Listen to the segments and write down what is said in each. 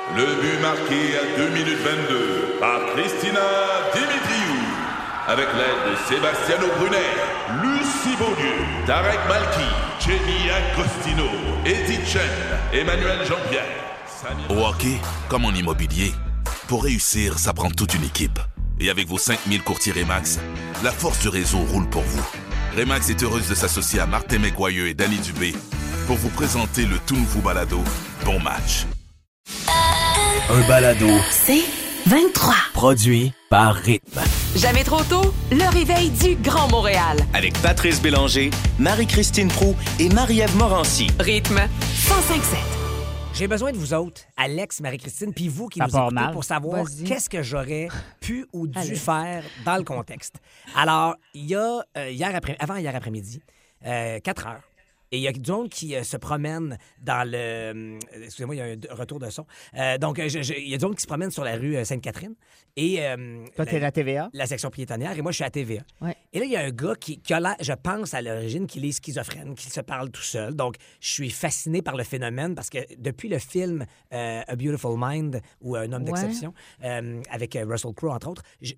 Le but marqué à 2 minutes 22 par Christina Dimitriou. Avec l'aide de Sebastiano Brunet, Lucie Beaulieu, Tarek Malki, Jenny Agostino, Eddie Chen, Emmanuel Jean-Pierre. Au hockey, comme en immobilier, pour réussir, ça prend toute une équipe. Et avec vos 5000 courtiers Remax, la force du réseau roule pour vous. Remax est heureuse de s'associer à Martin McGuire et Danny Dubé pour vous présenter le tout nouveau balado Bon Match. Un balado. C'est 23. Produit par Rythme. Jamais trop tôt, le réveil du Grand Montréal. Avec Patrice Bélanger, Marie-Christine Proulx et Marie-Ève Morancy. Rythme 105.7. J'ai besoin de vous autres, Alex, Marie-Christine, puis vous qui Ça nous part écoutez mal. pour savoir Vas-y. qu'est-ce que j'aurais pu ou dû faire dans le contexte. Alors, il y a avant hier après-midi, 4 heures, et il y a du monde qui se promène dans le... excusez-moi, il y a un retour de son. Donc, il y a du monde qui se promène sur la rue Sainte-Catherine. Et, Toi, t'es la TVA? la section piétonnière, et moi, je suis à TVA. Ouais. Et là, il y a un gars qui a l'air, je pense à l'origine, qu'il est schizophrène, qu'il se parle tout seul. Donc, je suis fasciné par le phénomène parce que depuis le film A Beautiful Mind ou Un homme d'exception, avec Russell Crowe, entre autres,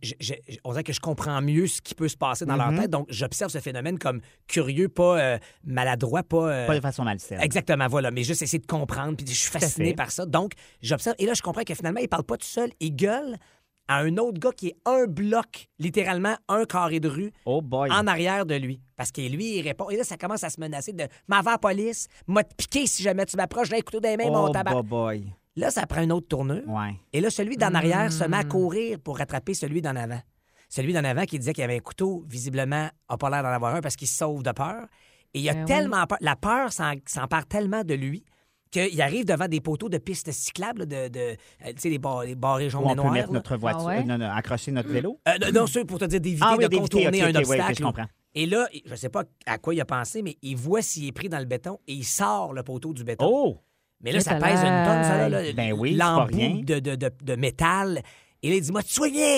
on dirait que je comprends mieux ce qui peut se passer dans leur tête. Donc, j'observe ce phénomène comme curieux, pas maladroit, pas... Pas de façon malsaine. Exactement, voilà. Mais juste essayer de comprendre, puis je suis fasciné par ça. Donc, j'observe. Et là, je comprends que finalement, il parle pas tout seul. Il gueule à un autre gars qui est un bloc, littéralement un carré de rue, Oh boy. en arrière de lui. Parce que lui, il répond. Et là, ça commence à se menacer de « m'en va à la police, m'a te piqué si jamais tu m'approches, j'ai un couteau dans les mains, mon Oh tabac. boy. » Là, ça prend une autre tournure. Ouais. Et là, celui d'en arrière se met à courir pour rattraper celui d'en avant. Celui d'en avant qui disait qu'il avait un couteau, visiblement, n'a pas l'air d'en avoir un parce qu'il se sauve de peur. Et il a tellement peur. La peur s'empare tellement de lui qu'il arrive devant des poteaux de pistes cyclables, tu sais, les barrés jaunes Où et on peut noirs. mettre là. notre voiture, accrocher notre vélo. Non, c'est pour te dire d'éviter de d'éviter, contourner ok, un ok, ouais, obstacle. ok, je comprends. Et là, je ne sais pas à quoi il a pensé, mais il voit s'il est pris dans le béton et il sort le poteau du béton. Oh! Mais là, ça pèse une tonne, ça, là. Ben oui, c'est pas rien. L'embout de métal. Et là, il dit, m'a-tu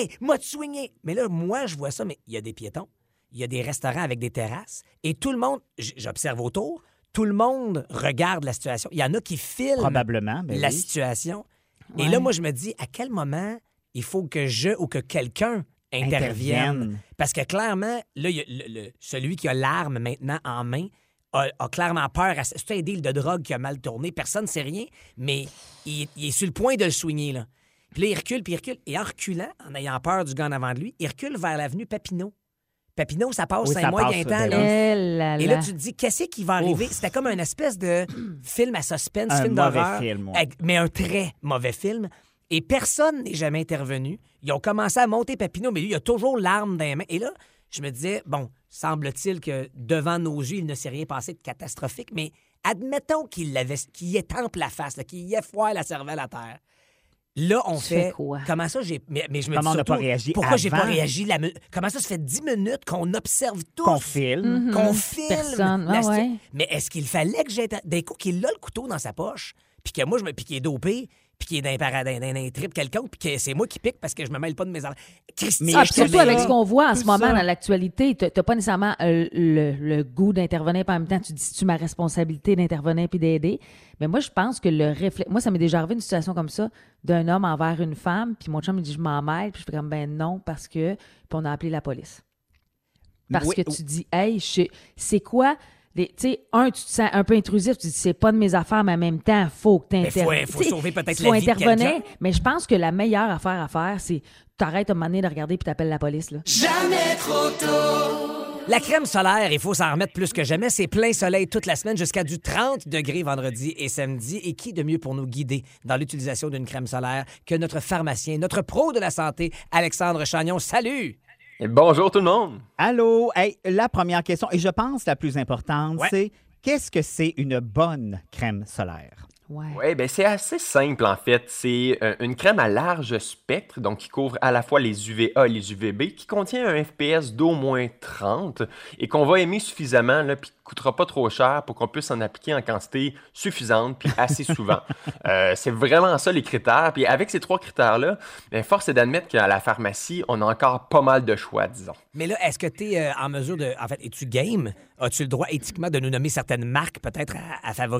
soigné. Mais là, moi, je vois ça, mais il y a des piétons, il y a des restaurants avec des terrasses, et tout le monde, j'observe autour, tout le monde regarde la situation. Il y en a qui filment Probablement, ben la oui. situation. Et là, moi, je me dis, à quel moment il faut que je ou que quelqu'un intervienne? Parce que clairement, là, il y a celui qui a l'arme maintenant en main a clairement peur. C'est un deal de drogue qui a mal tourné. Personne ne sait rien, mais il est sur le point de le soigner, là. Puis là, il recule, puis il recule. Et en reculant, en ayant peur du gars en avant de lui, il recule vers l'avenue Papineau. Papineau, ça passe Oui, 5 ça mois, passe, il y a un ça, temps. ben Là. Et là, tu te dis, qu'est-ce qui va arriver? C'était comme une espèce de film à suspense, Un film mauvais d'horreur. film, ouais. Mais un très mauvais film. Et personne n'est jamais intervenu. Ils ont commencé à monter Papineau, mais lui, il a toujours l'arme dans les mains. Et là, je me disais, bon, semble-t-il que devant nos yeux, il ne s'est rien passé de catastrophique, mais admettons qu'il y ait temple la face, là, qu'il y ait foire la cervelle à terre. Là, on Tu fait... fais quoi? Comment ça, mais je me Comment on dis n'a pas surtout, réagi pourquoi j'ai pas avant? réagi? Comment ça se fait 10 minutes qu'on observe tous? Qu'on filme. Qu'on filme. Personne. la Ah situ- ouais. Mais est-ce qu'il fallait que j'aie... D'un coup, qu'il a le couteau dans sa poche, puis que moi, puis qu'il est dopé, puis qu'il est dans un trip quelconque, puis que c'est moi qui pique parce que je me mêle pas de mes affaires. Christy, Mais Ah, je puis surtout te avec dis- ce qu'on voit en ce tout moment ça. dans l'actualité, t'as pas nécessairement le goût d'intervenir, puis en même temps, tu dis, c'est-tu ma responsabilité d'intervenir puis d'aider? Mais moi, je pense que le réflexe... Moi, ça m'est déjà arrivé une situation comme ça, d'un homme envers une femme, puis mon chum me dit, je m'en mêle, puis je fais comme, ben non, parce que... Puis on a appelé la police. Parce Oui, que tu dis, hey, c'est quoi... Tu sais, tu te sens un peu intrusif, tu dis, c'est pas de mes affaires, mais en même temps, il faut que tu Mais interviennes. faut sauver peut-être faut la vie de intervenir, quelqu'un. mais je pense que la meilleure affaire à faire, c'est t'arrêtes à un moment donné de regarder puis t'appelles la police. Là. La crème solaire, il faut s'en remettre plus que jamais. C'est plein soleil toute la semaine jusqu'à du 30 degrés vendredi et samedi. Et qui de mieux pour nous guider dans l'utilisation d'une crème solaire que notre pharmacien, notre pro de la santé, Alexandre Chagnon. Salut! Et bonjour tout le monde. Allô? Hey, la première question, et je pense la plus importante, Ouais. c'est qu'est-ce que c'est une bonne crème solaire? Ouais. Oui, ben c'est assez simple en fait. C'est une crème à large spectre, donc qui couvre à la fois les UVA et les UVB, qui contient un FPS d'au moins 30 et qu'on va aimer suffisamment, là, puis qui ne coûtera pas trop cher pour qu'on puisse en appliquer en quantité suffisante puis assez souvent. C'est vraiment ça les critères. Puis avec ces 3 critères-là, ben, force est d'admettre qu'à la pharmacie, on a encore pas mal de choix, disons. Mais là, est-ce que tu es en mesure de... En fait, es-tu game? As-tu le droit éthiquement de nous nommer certaines marques peut-être à favoriser?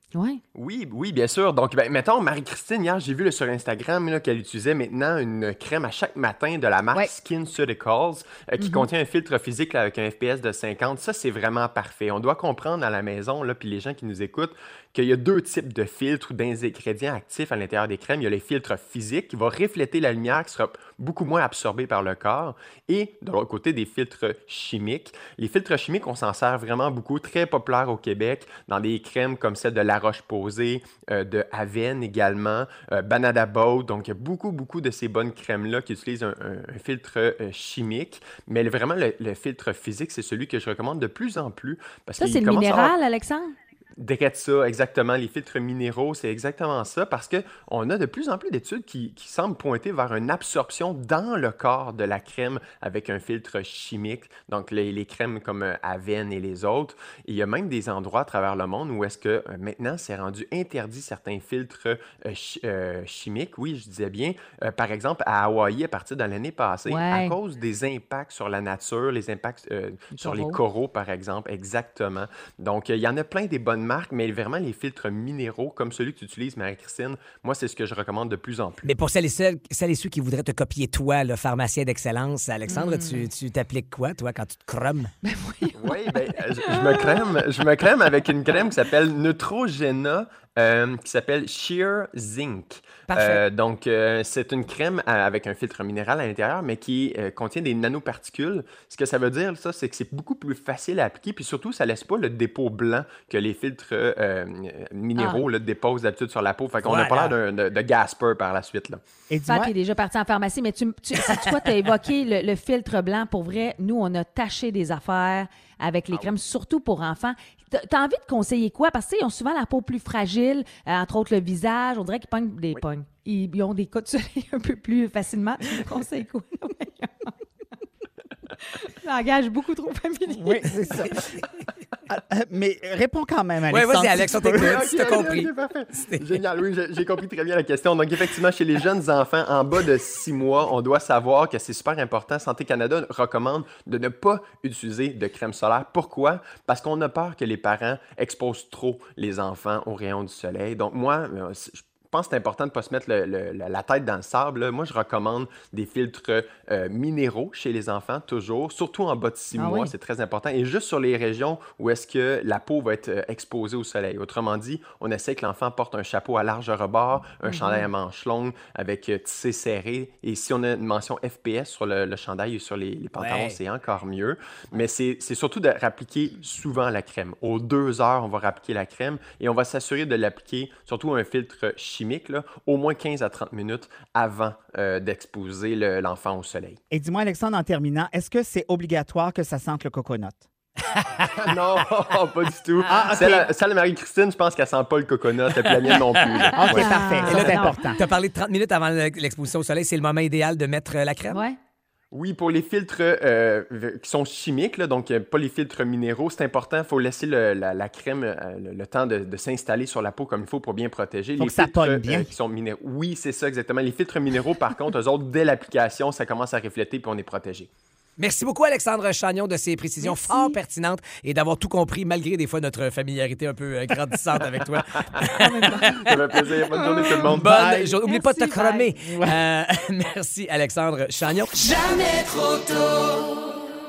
Oui, bien sûr. Donc, mettons, Marie-Christine, hier, j'ai vu sur Instagram là, qu'elle utilisait maintenant une crème à chaque matin de la marque SkinCeuticals qui contient un filtre physique là, avec un FPS de 50. Ça, c'est vraiment parfait. On doit comprendre à la maison, là, puis les gens qui nous écoutent, qu'il y a 2 types de filtres ou d'ingrédients actifs à l'intérieur des crèmes. Il y a les filtres physiques qui vont refléter la lumière, qui sera beaucoup moins absorbée par le corps. Et de l'autre côté, des filtres chimiques. Les filtres chimiques, on s'en sert vraiment beaucoup, très populaire au Québec, dans des crèmes comme celle de La Roche-Posay, de Avène également, Banana Boat. Donc, il y a beaucoup de ces bonnes crèmes-là qui utilisent un filtre chimique. Mais vraiment, le filtre physique, c'est celui que je recommande de plus en plus. Parce ça, c'est le minéral, Alexandre? Direct ça, exactement. Les filtres minéraux, c'est exactement ça, parce qu'on a de plus en plus d'études qui semblent pointer vers une absorption dans le corps de la crème avec un filtre chimique, donc les crèmes comme Avène et les autres. Et il y a même des endroits à travers le monde où est-ce que maintenant, c'est rendu interdit certains filtres chimiques, oui, je disais bien. Par exemple, à Hawaï, à partir de l'année passée, à cause des impacts sur la nature, les impacts sur les coraux, par exemple, exactement. Donc, il y en a plein des bonnes marque, mais vraiment les filtres minéraux comme celui que tu utilises, Marie-Christine, moi, c'est ce que je recommande de plus en plus. Mais pour celles et ceux qui voudraient te copier, toi, le pharmacien d'excellence, Alexandre, tu t'appliques quoi, toi, quand tu te crèmes? Oui, je me crème avec une crème qui s'appelle Neutrogena, qui s'appelle Sheer Zinc. Donc, c'est une crème avec un filtre minéral à l'intérieur, mais qui contient des nanoparticules. Ce que ça veut dire, ça, c'est que c'est beaucoup plus facile à appliquer, puis surtout, ça ne laisse pas le dépôt blanc que les filtres minéraux déposent d'habitude sur la peau. Fait qu'on n'a pas l'air de Gasper par la suite. Là. Et tu es déjà parti en pharmacie, mais tu as évoqué le filtre blanc. Pour vrai, nous, on a taché des affaires avec les crèmes, surtout pour enfants. T'as envie de conseiller quoi? Parce qu'ils ont souvent la peau plus fragile, entre autres le visage. On dirait qu'ils pognent des pognes. Ils ont des cas de soleil un peu plus facilement. Tu conseilles quoi? Langage beaucoup trop familier. Oui, c'est ça. Mais réponds quand même, Alexandre. Oui, vas-y, Alex, on t'écoute. Tu t'as compris. Génial, oui, j'ai compris très bien la question. Donc, effectivement, chez les jeunes enfants en bas de 6 mois, on doit savoir que c'est super important. Santé Canada recommande de ne pas utiliser de crème solaire. Pourquoi? Parce qu'on a peur que les parents exposent trop les enfants aux rayons du soleil. Donc, moi, je pense que c'est important de ne pas se mettre la tête dans le sable. Là. Moi, je recommande des filtres minéraux chez les enfants, toujours, surtout en bas de 6 mois, c'est très important. Et juste sur les régions où est-ce que la peau va être exposée au soleil. Autrement dit, on essaie que l'enfant porte un chapeau à large rebord, un chandail à manches longues avec tissé serré. Et si on a une mention FPS sur le chandail et sur les pantalons, c'est encore mieux. Mais c'est surtout de rappliquer souvent la crème. Aux 2 heures, on va rappliquer la crème et on va s'assurer de l'appliquer, surtout un filtre chimique, là, au moins 15 à 30 minutes avant d'exposer l'enfant au soleil. Et dis-moi, Alexandre, en terminant, est-ce que c'est obligatoire que ça sente le coconut? Non, pas du tout. Celle de Marie-Christine, je pense qu'elle sent pas le coconut, et puis la mienne non plus. OK, parfait. Ça, c'est important. Tu as parlé de 30 minutes avant l'exposition au soleil. C'est le moment idéal de mettre la crème? Oui. Oui, pour les filtres qui sont chimiques, là, donc pas les filtres minéraux, c'est important. Il faut laisser la crème le temps de s'installer sur la peau comme il faut pour bien protéger. Donc, ça pogne bien. Qui sont minéraux. Oui, c'est ça, exactement. Les filtres minéraux, par contre, eux autres, dès l'application, ça commence à refléter puis on est protégé. Merci beaucoup, Alexandre Chagnon, de ces précisions fort pertinentes et d'avoir tout compris, malgré des fois notre familiarité un peu grandissante avec toi. Ça fait plaisir. Bonne journée, tout le monde. Bonne journée. N'oublie pas de te cromer. Merci, Alexandre Chagnon. Jamais trop tôt.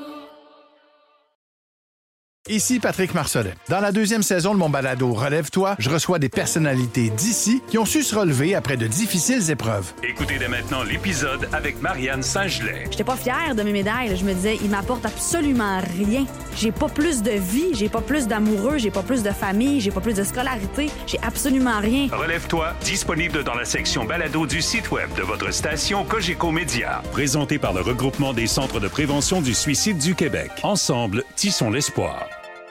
Ici Patrick Marcelet. Dans la 2e saison de mon balado Relève-toi, je reçois des personnalités d'ici qui ont su se relever après de difficiles épreuves. Écoutez dès maintenant l'épisode avec Marianne Saint-Gelais. J'étais pas fière de mes médailles. Je me disais, ils m'apportent absolument rien. J'ai pas plus de vie, j'ai pas plus d'amoureux, j'ai pas plus de famille, j'ai pas plus de scolarité, j'ai absolument rien. Relève-toi, disponible dans la section balado du site web de votre station Cogeco Média. Présenté par le regroupement des centres de prévention du suicide du Québec. Ensemble, tissons l'espoir.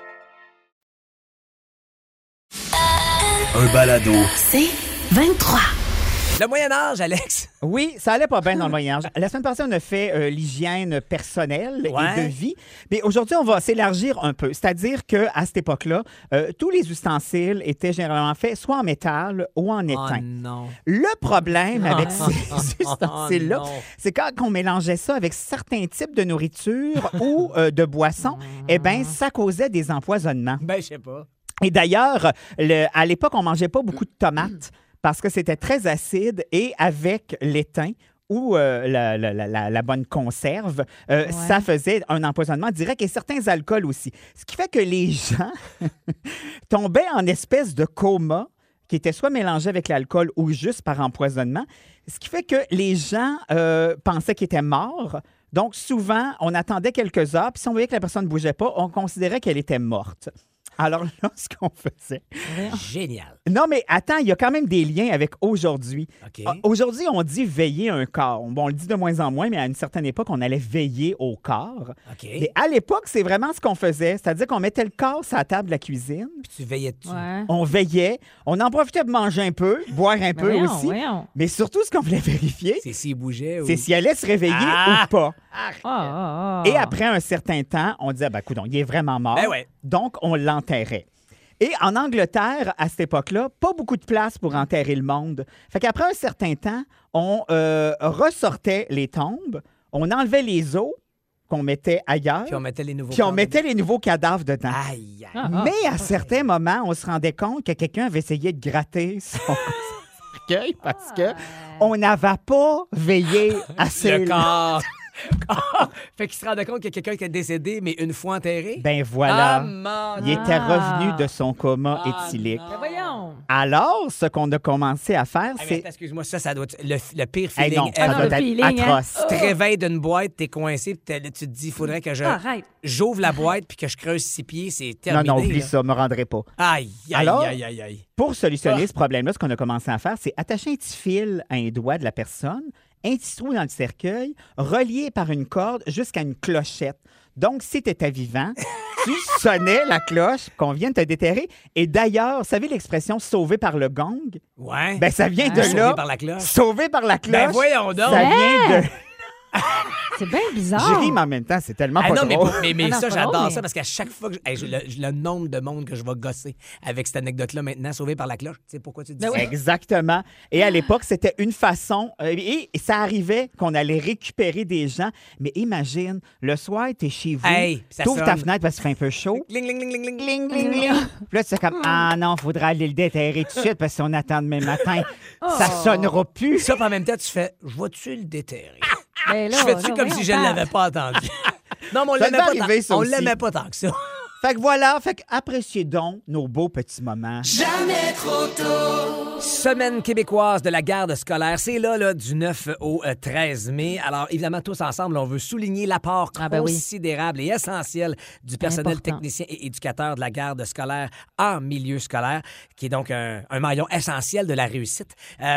Un balado. C'est 23. Le Moyen-Âge, Alex. Oui, ça allait pas bien dans le Moyen-Âge. La semaine passée, on a fait l'hygiène personnelle et de vie. Mais aujourd'hui, on va s'élargir un peu. C'est-à-dire qu'à cette époque-là, tous les ustensiles étaient généralement faits soit en métal ou en étain. Oh non. Le problème avec ces ustensiles-là, c'est quand on mélangeait ça avec certains types de nourriture ou de boissons, eh bien, ça causait des empoisonnements. Ben, je sais pas. Et d'ailleurs, à l'époque, on ne mangeait pas beaucoup de tomates parce que c'était très acide et avec l'étain ou la bonne conserve, ça faisait un empoisonnement direct et certains alcools aussi. Ce qui fait que les gens tombaient en espèce de coma qui était soit mélangé avec l'alcool ou juste par empoisonnement, ce qui fait que les gens pensaient qu'ils étaient morts. Donc, souvent, on attendait quelques heures, puis si on voyait que la personne ne bougeait pas, on considérait qu'elle était morte. Alors là, ce qu'on faisait... Génial. Non, mais attends, il y a quand même des liens avec aujourd'hui. OK. Aujourd'hui, on dit veiller un corps. Bon, on le dit de moins en moins, mais à une certaine époque, on allait veiller au corps. OK. Et à l'époque, c'est vraiment ce qu'on faisait. C'est-à-dire qu'on mettait le corps sur la table de la cuisine. Puis tu veillais dessus. Ouais. On veillait. On en profitait pour manger un peu, boire un peu voyons, aussi. voyons. Mais surtout, ce qu'on voulait vérifier, C'est s'il bougeait ou... c'est s'il allait se réveiller ou pas. Et après un certain temps, on disait, ben, coudonc, il est vraiment mort. Ben ouais. Donc, on l'enterrait. Et en Angleterre, à cette époque-là, pas beaucoup de place pour enterrer le monde. Fait qu'après un certain temps, on ressortait les tombes, on enlevait les os qu'on mettait ailleurs, Puis on mettait les nouveaux puis on corps mettait les nouveaux cadavres dedans. Aïe, aïe. Mais à certains moments, on se rendait compte que quelqu'un avait essayé de gratter son cercueil parce que on n'avait pas veillé assez Le corps. Fait qu'il se rendait compte qu'il y a quelqu'un qui est décédé, mais une fois enterré. Ben voilà. Ah, mon Il était revenu de son coma éthylique. Ben voyons. Alors, ce qu'on a commencé à faire, Ah, mais c'est... attends, excuse-moi, ça doit être le pire Hey, feeling non, ça ever. doit le être feeling, hein? atroce. Tu te réveilles d'une boîte, t'es coincé, puis tu te dis, il faudrait que Arrête. j'ouvre la boîte puis que je creuse 6 pieds, c'est terminé. Non, oublie là. ça, me rendrai pas. Aïe, aïe, Alors, aïe, aïe, aïe. Pour solutionner ce problème-là, ce qu'on a commencé à faire, c'est attacher un petit fil à un doigt de la personne, un petit trou dans le cercueil, relié par une corde jusqu'à une clochette. Donc, si tu étais vivant, tu sonnais la cloche qu'on vient de te déterrer. Et d'ailleurs, vous savez l'expression « sauvé par le gong » Ouais. Ben, ça vient de Sauvé là. par la cloche. Sauvé par la cloche. Ben voyons donc. Ça vient de... C'est bien bizarre. Je ris, mais en même temps, c'est tellement Ah pas non, mais, drôle. mais Ah non, ça, c'est pas j'adore drôle, ça mais- parce qu'à chaque fois que le nombre de monde que je vais gosser avec cette anecdote-là maintenant, sauvé par la cloche, tu sais pourquoi tu dis Ben ça? oui. Exactement. Et à l'époque, c'était une façon. Et ça arrivait qu'on allait récupérer des gens. Mais imagine, le soir, t'es chez vous, Hey, ça t'ouvres ta sonne. fenêtre parce qu'il fait un peu chaud. Ling, ling, ling, ling, ling. Cling, cling, cling. Puis là, c'est comme, ah non, faudra aller le déterrer tout de suite parce qu'on attend demain matin. Ça sonnera plus. Ça, puis en même temps, tu fais, je vais-tu le déterrer? Ben là, Je fais-tu là, comme si je ne voyons, l'avais pas entendu? Non, mais on Ça l'aimait devait pas, arriver, ça on aussi. l'aimait pas tant que ça. Fait que voilà, appréciez donc nos beaux petits moments. Jamais trop tôt. Semaine québécoise de la garde scolaire, c'est là, du 9 au 13 mai. Alors, évidemment, tous ensemble, on veut souligner l'apport Ah ben oui. considérable et essentiel du personnel Important. technicien et éducateur de la garde scolaire en milieu scolaire, qui est donc un maillon essentiel de la réussite.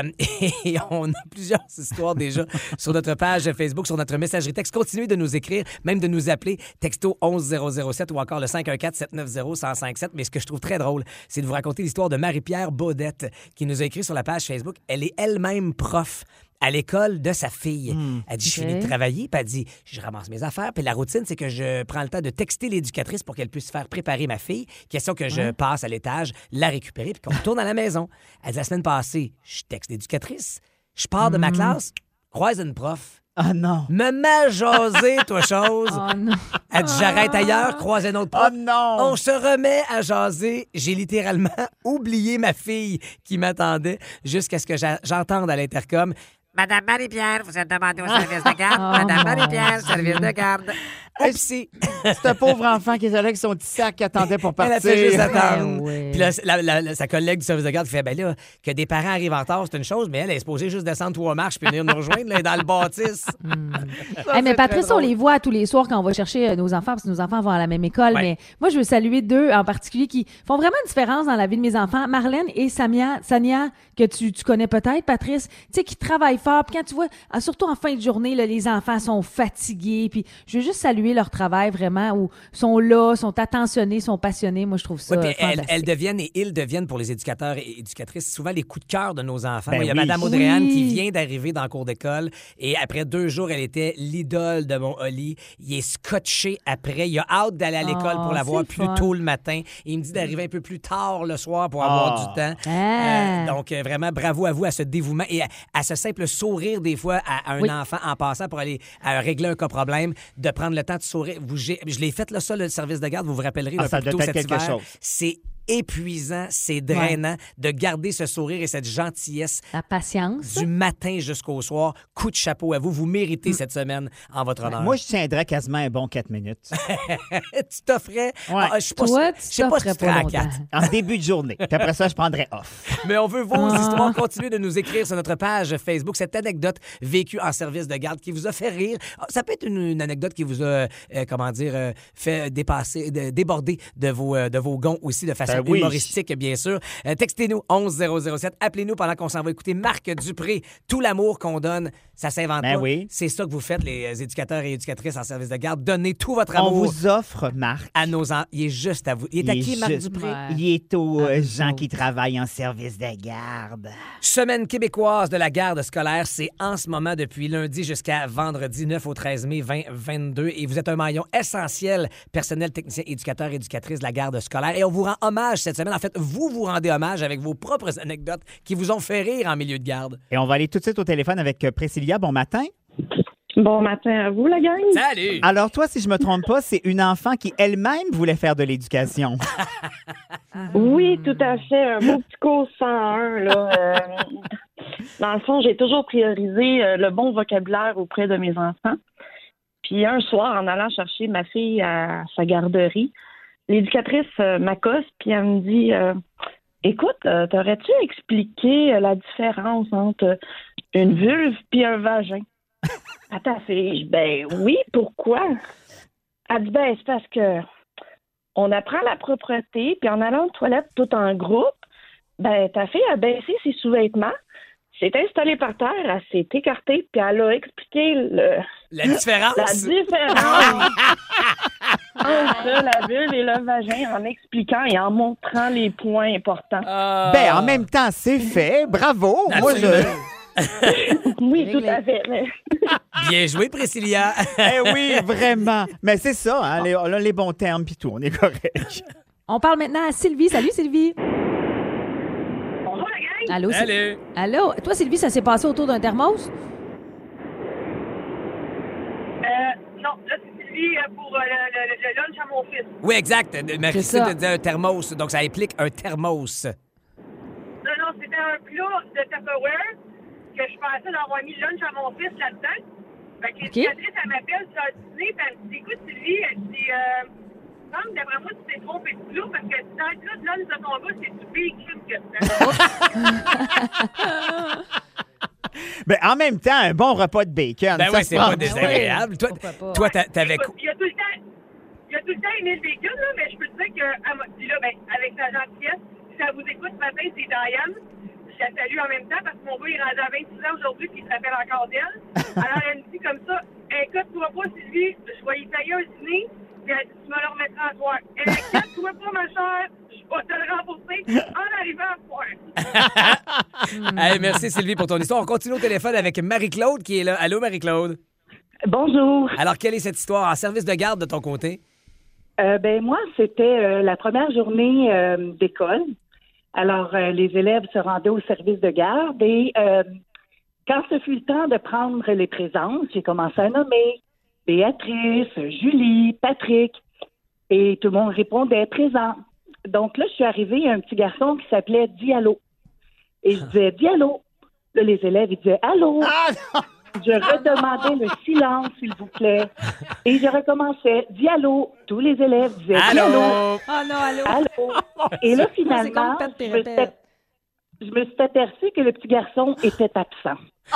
Et on a plusieurs histoires déjà sur notre page Facebook, sur notre messagerie texte. Continuez de nous écrire, même de nous appeler texto 11007 ou encore le 514-790-1057. Mais ce que je trouve très drôle, c'est de vous raconter l'histoire de Marie-Pierre Baudette qui nous a écrit sur la page Facebook. Elle est elle-même prof à l'école de sa fille. Elle dit, je OK. finis de travailler, puis elle dit, je ramasse mes affaires, puis la routine, c'est que je prends le temps de texter l'éducatrice pour qu'elle puisse faire préparer ma fille. Question que je passe à l'étage, la récupérer, puis qu'on retourne à la maison. Elle dit, la semaine passée, je texte l'éducatrice, je pars de ma classe, croise une prof. Ah non. Me mets à jaser, toi, chose. Oh non. Elle dit, j'arrête ailleurs, croise un autre prof. Oh non. On se remet à jaser. J'ai littéralement oublié ma fille qui m'attendait jusqu'à ce que j'entende à l'intercom. Madame Marie-Pierre, vous êtes demandée au service de garde. Oh, Madame mon Marie-Pierre, service de garde. Oupsie. C'est un pauvre enfant qui est allé avec son petit sac qui attendait pour Elle partir. a fait juste attendre. Ben oui. Puis là, sa collègue du service de garde fait, ben là, que des parents arrivent en retard, c'est une chose, mais elle est supposée juste descendre 3 marches puis venir nous rejoindre là, dans le bâtisse. Hey, mais Patrice, on les voit tous les soirs quand on va chercher nos enfants, parce que nos enfants vont à la même école. Ouais. Mais moi, je veux saluer deux en particulier qui font vraiment une différence dans la vie de mes enfants. Marlène et Sania, que tu connais peut-être, Patrice, tu sais, qui travaillent fort. Puis quand tu vois, surtout en fin de journée, là, les enfants sont fatigués. Puis je veux juste saluer leur travail vraiment, où sont là, sont attentionnés, sont passionnés. Moi, je trouve ça Oui, puis fantastique. elles deviennent et ils deviennent pour les éducateurs et éducatrices souvent les coups de cœur de nos enfants. Ben Moi, il y a oui. Mme Audrey-Anne Oui. qui vient d'arriver dans le cours d'école et après 2 jours, elle était l'idole de mon Oli. Il est scotché après. Il a hâte d'aller à l'école Oh, pour la voir c'est plus fun. tôt le matin. Et il me dit d'arriver un peu plus tard le soir pour avoir du temps. Ah. Donc, vraiment, bravo à vous à ce dévouement et à ce simple sourire des fois à un Oui. enfant en passant pour aller régler un cas problème, de prendre le temps de sourire. Je l'ai fait, là, ça, le service de garde, vous vous rappellerez, Ah, un ça peu plus doit tôt être cet quelque hiver. chose. C'est épuisant, c'est drainant de garder ce sourire et cette gentillesse. La patience. Du matin jusqu'au soir. Coup de chapeau à vous. Vous méritez cette semaine en votre honneur. Moi, je tiendrais quasiment un bon 4 minutes. Tu t'offrais? Ouais. Je sais pas Toi, je sais pas si tu pas serais à longtemps. 4. En début de journée. Puis après ça, je prendrais off. Mais on veut vos histoires. Continuez de nous écrire sur notre page Facebook cette anecdote vécue en service de garde qui vous a fait rire. Ça peut être une anecdote qui vous a, fait déborder de vos gonds aussi de façon humoristique, bien sûr. Textez-nous 11007. Appelez-nous pendant qu'on s'en va écouter Marc Dupré. Tout l'amour qu'on donne, ça s'invente pas. Oui. C'est ça que vous faites, les éducateurs et éducatrices en service de garde. Donnez tout votre amour. On vous offre, Marc. À nos enfants. Il est juste à vous. Il est à qui, Marc Dupré? Ouais. Il est aux gens qui travaillent en service de garde. Semaine québécoise de la garde scolaire, c'est en ce moment depuis lundi jusqu'à vendredi 9 au 13 mai 2022. Et vous êtes un maillon essentiel, personnel, technicien, éducateur, éducatrice de la garde scolaire. Et on vous rend hommage cette semaine. En fait, vous rendez hommage avec vos propres anecdotes qui vous ont fait rire en milieu de garde. Et on va aller tout de suite au téléphone avec Priscilla. Bon matin. Bon matin à vous, la gang. Salut! Alors toi, si je me trompe pas, c'est une enfant qui elle-même voulait faire de l'éducation. Oui, tout à fait. Un beau petit cours 101, là. Dans le fond, j'ai toujours priorisé le bon vocabulaire auprès de mes enfants. Puis un soir, en allant chercher ma fille à sa garderie, l'éducatrice m'accoste, puis elle me dit écoute, t'aurais-tu expliqué la différence entre une vulve puis un vagin? Attends, ben oui, pourquoi? Elle dit, ben c'est parce que on apprend la propreté, puis en allant aux toilettes tout en groupe, ben ta fille a baissé ses sous-vêtements, s'est installée par terre, elle s'est écartée, puis elle a expliqué la différence. La différence entre la vulve et le vagin en expliquant et en montrant les points importants. Ben, en même temps, c'est fait. Bravo. Moi, Oui, tout à fait. Bien joué, Priscilla. Oui, vraiment. Mais c'est ça, hein, on a les bons termes puis tout, on est correct. On parle maintenant à Sylvie. Salut, Sylvie. Bonjour, la gang. Allô, Salut. Allô. Toi, Sylvie, ça s'est passé autour d'un thermos? Non, là, c'est Sylvie pour le lunch à mon fils. Oui, exact. Marie-Christine ça. te disait un thermos, donc ça implique un thermos. Non, c'était un plat de Tupperware que je pensais d'avoir mis le lunch à mon fils là-dedans. Fait que l'éducatrice, elle m'appelle sur le dîner, puis elle me dit, écoute, Sylvie, elle dit, non, d'après moi, tu t'es trompé de plat parce que dans le plat de lunch de ton gars, c'est du bacon que tu Ben, en même temps, un bon repas de bacon. Ben ça oui, se c'est prend pas bien. désagréable. Toi, t'avais quoi? Il a tout le temps aimé le bacon, là, mais je peux te dire qu'elle m'a dit, là, ben, avec sa gentillesse, si ça vous écoute ce matin, c'est Diane. Je la salue en même temps parce que mon gars, il est rendu à 26 ans aujourd'hui puis il se rappelle encore d'elle. Alors, elle me dit comme ça, écoute-toi pas, Sylvie, je vais y payer un dîner, puis elle dit, tu me le remettras à soir. Inquiète-toi pas, ma chère, je vais te le rembourser en arrivant à soir. Hey, merci, Sylvie, pour ton histoire. On continue au téléphone avec Marie-Claude qui est là. Allô, Marie-Claude? Bonjour. Alors, quelle est cette histoire en service de garde de ton côté? Ben moi, c'était la première journée d'école. Alors, les élèves se rendaient au service de garde et quand ce fut le temps de prendre les présences, j'ai commencé à nommer Béatrice, Julie, Patrick et tout le monde répondait présent. Donc là, je suis arrivée, il y a un petit garçon qui s'appelait Diallo. Et je disais Diallo. Là, les élèves, ils disaient Allô. Je redemandais le silence, s'il vous plaît. Et je recommençais Diallo. Tous les élèves disaient Diallo. Oh non, allô. Allô. Et là, finalement, C'est comme pète tes répètes. je me suis aperçue que le petit garçon était absent.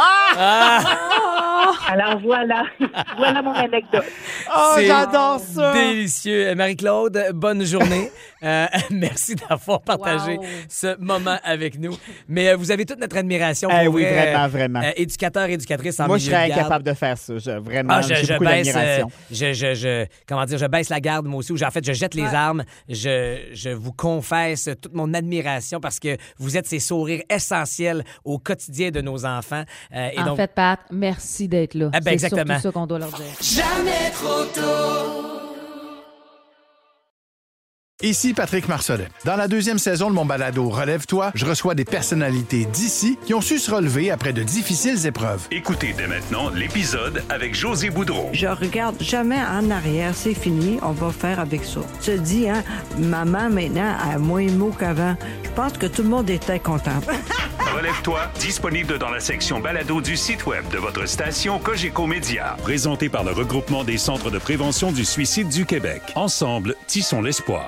Alors voilà mon anecdote. C'est j'adore ça. Délicieux. Marie-Claude, bonne journée. Merci d'avoir partagé ce moment avec nous. Mais vous avez toute notre admiration pour oui, vraiment. éducateur, éducatrice en Moi, milieu je serais de garde. incapable de faire ça. Vraiment, j'ai je beaucoup baisse, d'admiration. je baisse la garde, moi aussi. En fait, je jette les armes. Je vous confesse toute mon admiration parce que vous êtes ces sourires essentiels au quotidien de nos enfants. En fait, Pat, merci d'être là. C'est exactement. surtout ça qu'on doit leur dire. Jamais trop tôt. Ici Patrick Marcelet. Dans la deuxième saison de mon balado Relève-toi, je reçois des personnalités d'ici qui ont su se relever après de difficiles épreuves. Écoutez dès maintenant l'épisode avec José Boudreau. Je regarde jamais en arrière, c'est fini, on va faire avec ça. Tu te dis, hein, maman maintenant a moins de mots qu'avant. Je pense que tout le monde était content. Relève-toi, disponible dans la section balado du site web de votre station Cogeco Média. Présenté par le regroupement des centres de prévention du suicide du Québec. Ensemble, tissons l'espoir.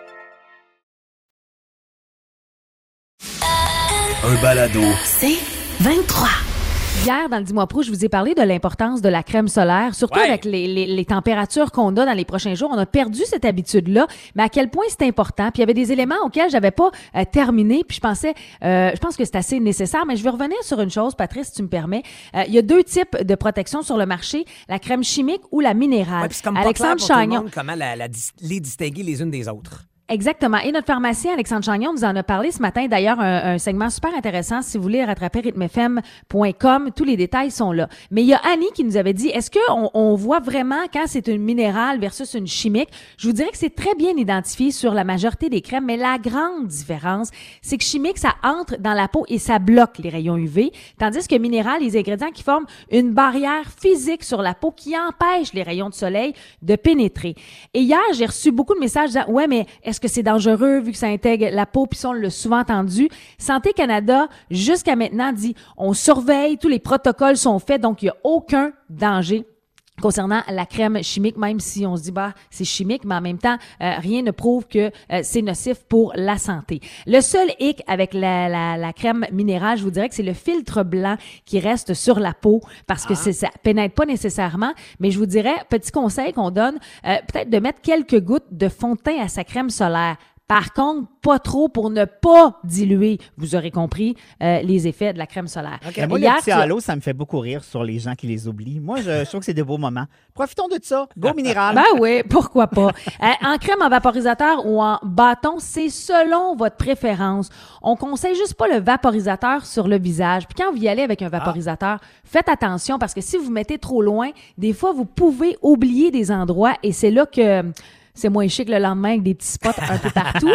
Un balado. C'est 23. Hier, dans le Dis-moi Pro, je vous ai parlé de l'importance de la crème solaire, surtout avec les températures qu'on a dans les prochains jours. On a perdu cette habitude-là, mais à quel point c'est important. Puis il y avait des éléments auxquels j'avais pas terminé, puis je pense que c'est assez nécessaire. Mais je vais revenir sur une chose, Patrice, si tu me permets. Il y a 2 types de protection sur le marché, la crème chimique ou la minérale. Ouais, puis c'est comme Alexandre pas clair pour tout le Chagnon. monde comment les distinguer les unes des autres. Exactement. Et notre pharmacien, Alexandre Chagnon, nous en a parlé ce matin. D'ailleurs, un segment super intéressant. Si vous voulez rattraper rythmefm.com, tous les détails sont là. Mais il y a Annie qui nous avait dit, est-ce qu'on voit vraiment quand c'est une minérale versus une chimique? Je vous dirais que c'est très bien identifié sur la majorité des crèmes, mais la grande différence, c'est que chimique, ça entre dans la peau et ça bloque les rayons UV, tandis que minéral, les ingrédients qui forment une barrière physique sur la peau qui empêche les rayons de soleil de pénétrer. Et hier, j'ai reçu beaucoup de messages disant, ouais, mais est-ce que c'est dangereux vu que ça intègre la peau, puis ça, on l'a souvent entendu. Santé Canada, jusqu'à maintenant, dit on surveille, tous les protocoles sont faits, donc il n'y a aucun danger concernant la crème chimique, même si on se dit, c'est chimique, mais en même temps, rien ne prouve que c'est nocif pour la santé. Le seul hic avec la crème minérale, je vous dirais que c'est le filtre blanc qui reste sur la peau parce que ça pénètre pas nécessairement, mais je vous dirais, petit conseil qu'on donne, peut-être de mettre quelques gouttes de fond de teint à sa crème solaire. Par contre, pas trop pour ne pas diluer, vous aurez compris, les effets de la crème solaire. Okay. Moi, le petit halo, ça me fait beaucoup rire sur les gens qui les oublient. Moi, je trouve que c'est des beaux moments. Profitons de ça. Go minéral. Ben oui, pourquoi pas. En crème, en vaporisateur ou en bâton, c'est selon votre préférence. On conseille juste pas le vaporisateur sur le visage. Puis quand vous y allez avec un vaporisateur, faites attention parce que si vous mettez trop loin, des fois, vous pouvez oublier des endroits et c'est là que... c'est moins chic le lendemain avec des petits spots un peu partout.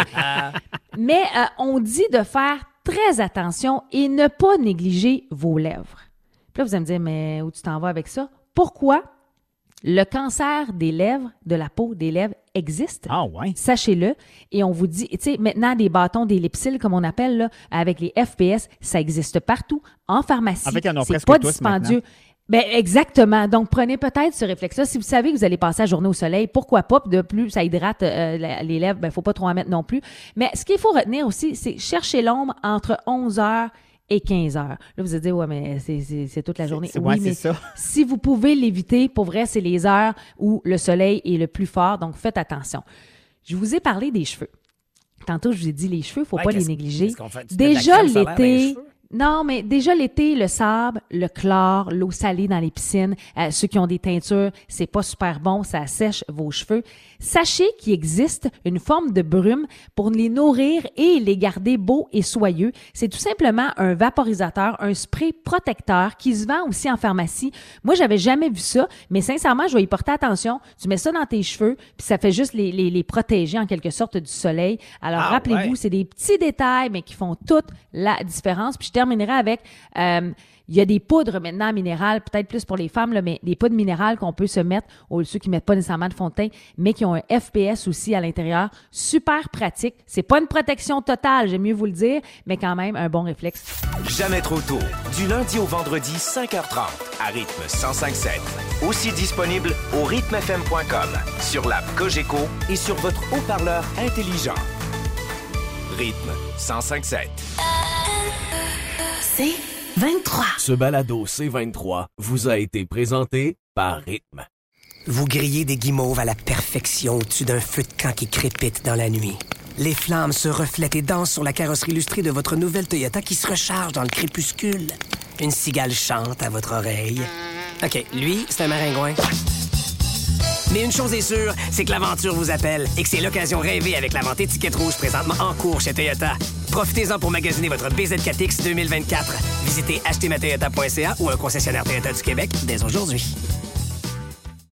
Mais on dit de faire très attention et ne pas négliger vos lèvres. Puis là, vous allez me dire, mais où tu t'en vas avec ça? Pourquoi? Le cancer des lèvres, de la peau des lèvres, existe. Ah ouais. Sachez-le. Et on vous dit, tu sais, maintenant, des bâtons d'ellipsil, comme on appelle, là, avec les FPS, ça existe partout. En pharmacie, en fait, il y en a c'est presque pas tous dispendieux. Maintenant. Ben exactement. Donc, prenez peut-être ce réflexe-là. Si vous savez que vous allez passer la journée au soleil, pourquoi pas? Puis de plus, ça hydrate les lèvres. Ben, faut pas trop en mettre non plus. Mais ce qu'il faut retenir aussi, c'est chercher l'ombre entre 11h et 15h. Là, vous allez dire, ouais, mais c'est toute la journée. Oui, mais ça. Si vous pouvez l'éviter, pour vrai, c'est les heures où le soleil est le plus fort. Donc, faites attention. Je vous ai parlé des cheveux. Tantôt, je vous ai dit, les cheveux, faut pas les négliger. Déjà, l'été... Non, mais déjà l'été, le sable, le chlore, l'eau salée dans les piscines, ceux qui ont des teintures, c'est pas super bon, ça sèche vos cheveux. Sachez qu'il existe une forme de brume pour les nourrir et les garder beaux et soyeux. C'est tout simplement un vaporisateur, un spray protecteur qui se vend aussi en pharmacie. Moi, j'avais jamais vu ça, mais sincèrement, je vais y porter attention. Tu mets ça dans tes cheveux, puis ça fait juste les protéger en quelque sorte du soleil. Alors, rappelez-vous, c'est des petits détails, mais qui font toute la différence. Puis je terminerai avec... il y a des poudres maintenant minérales, peut-être plus pour les femmes, là, mais des poudres minérales qu'on peut se mettre, ou ceux qui ne mettent pas nécessairement de fond de teint, mais qui ont un FPS aussi à l'intérieur. Super pratique. C'est pas une protection totale, j'aime mieux vous le dire, mais quand même un bon réflexe. Jamais trop tôt. Du lundi au vendredi, 5h30, à rythme 105.7. Aussi disponible au rythmefm.com, sur l'app Cogeco et sur votre haut-parleur intelligent. Rythme 105.7. C'est 23. Ce balado C23 vous a été présenté par Rythme. Vous grillez des guimauves à la perfection au-dessus d'un feu de camp qui crépite dans la nuit. Les flammes se reflètent et dansent sur la carrosserie illustrée de votre nouvelle Toyota qui se recharge dans le crépuscule. Une cigale chante à votre oreille. OK, lui, c'est un maringouin. Mais une chose est sûre, c'est que l'aventure vous appelle et que c'est l'occasion rêvée avec la vente étiquette rouge présentement en cours chez Toyota. Profitez-en pour magasiner votre BZ4X 2024. Visitez achetermatoyota.ca ou un concessionnaire Toyota du Québec dès aujourd'hui.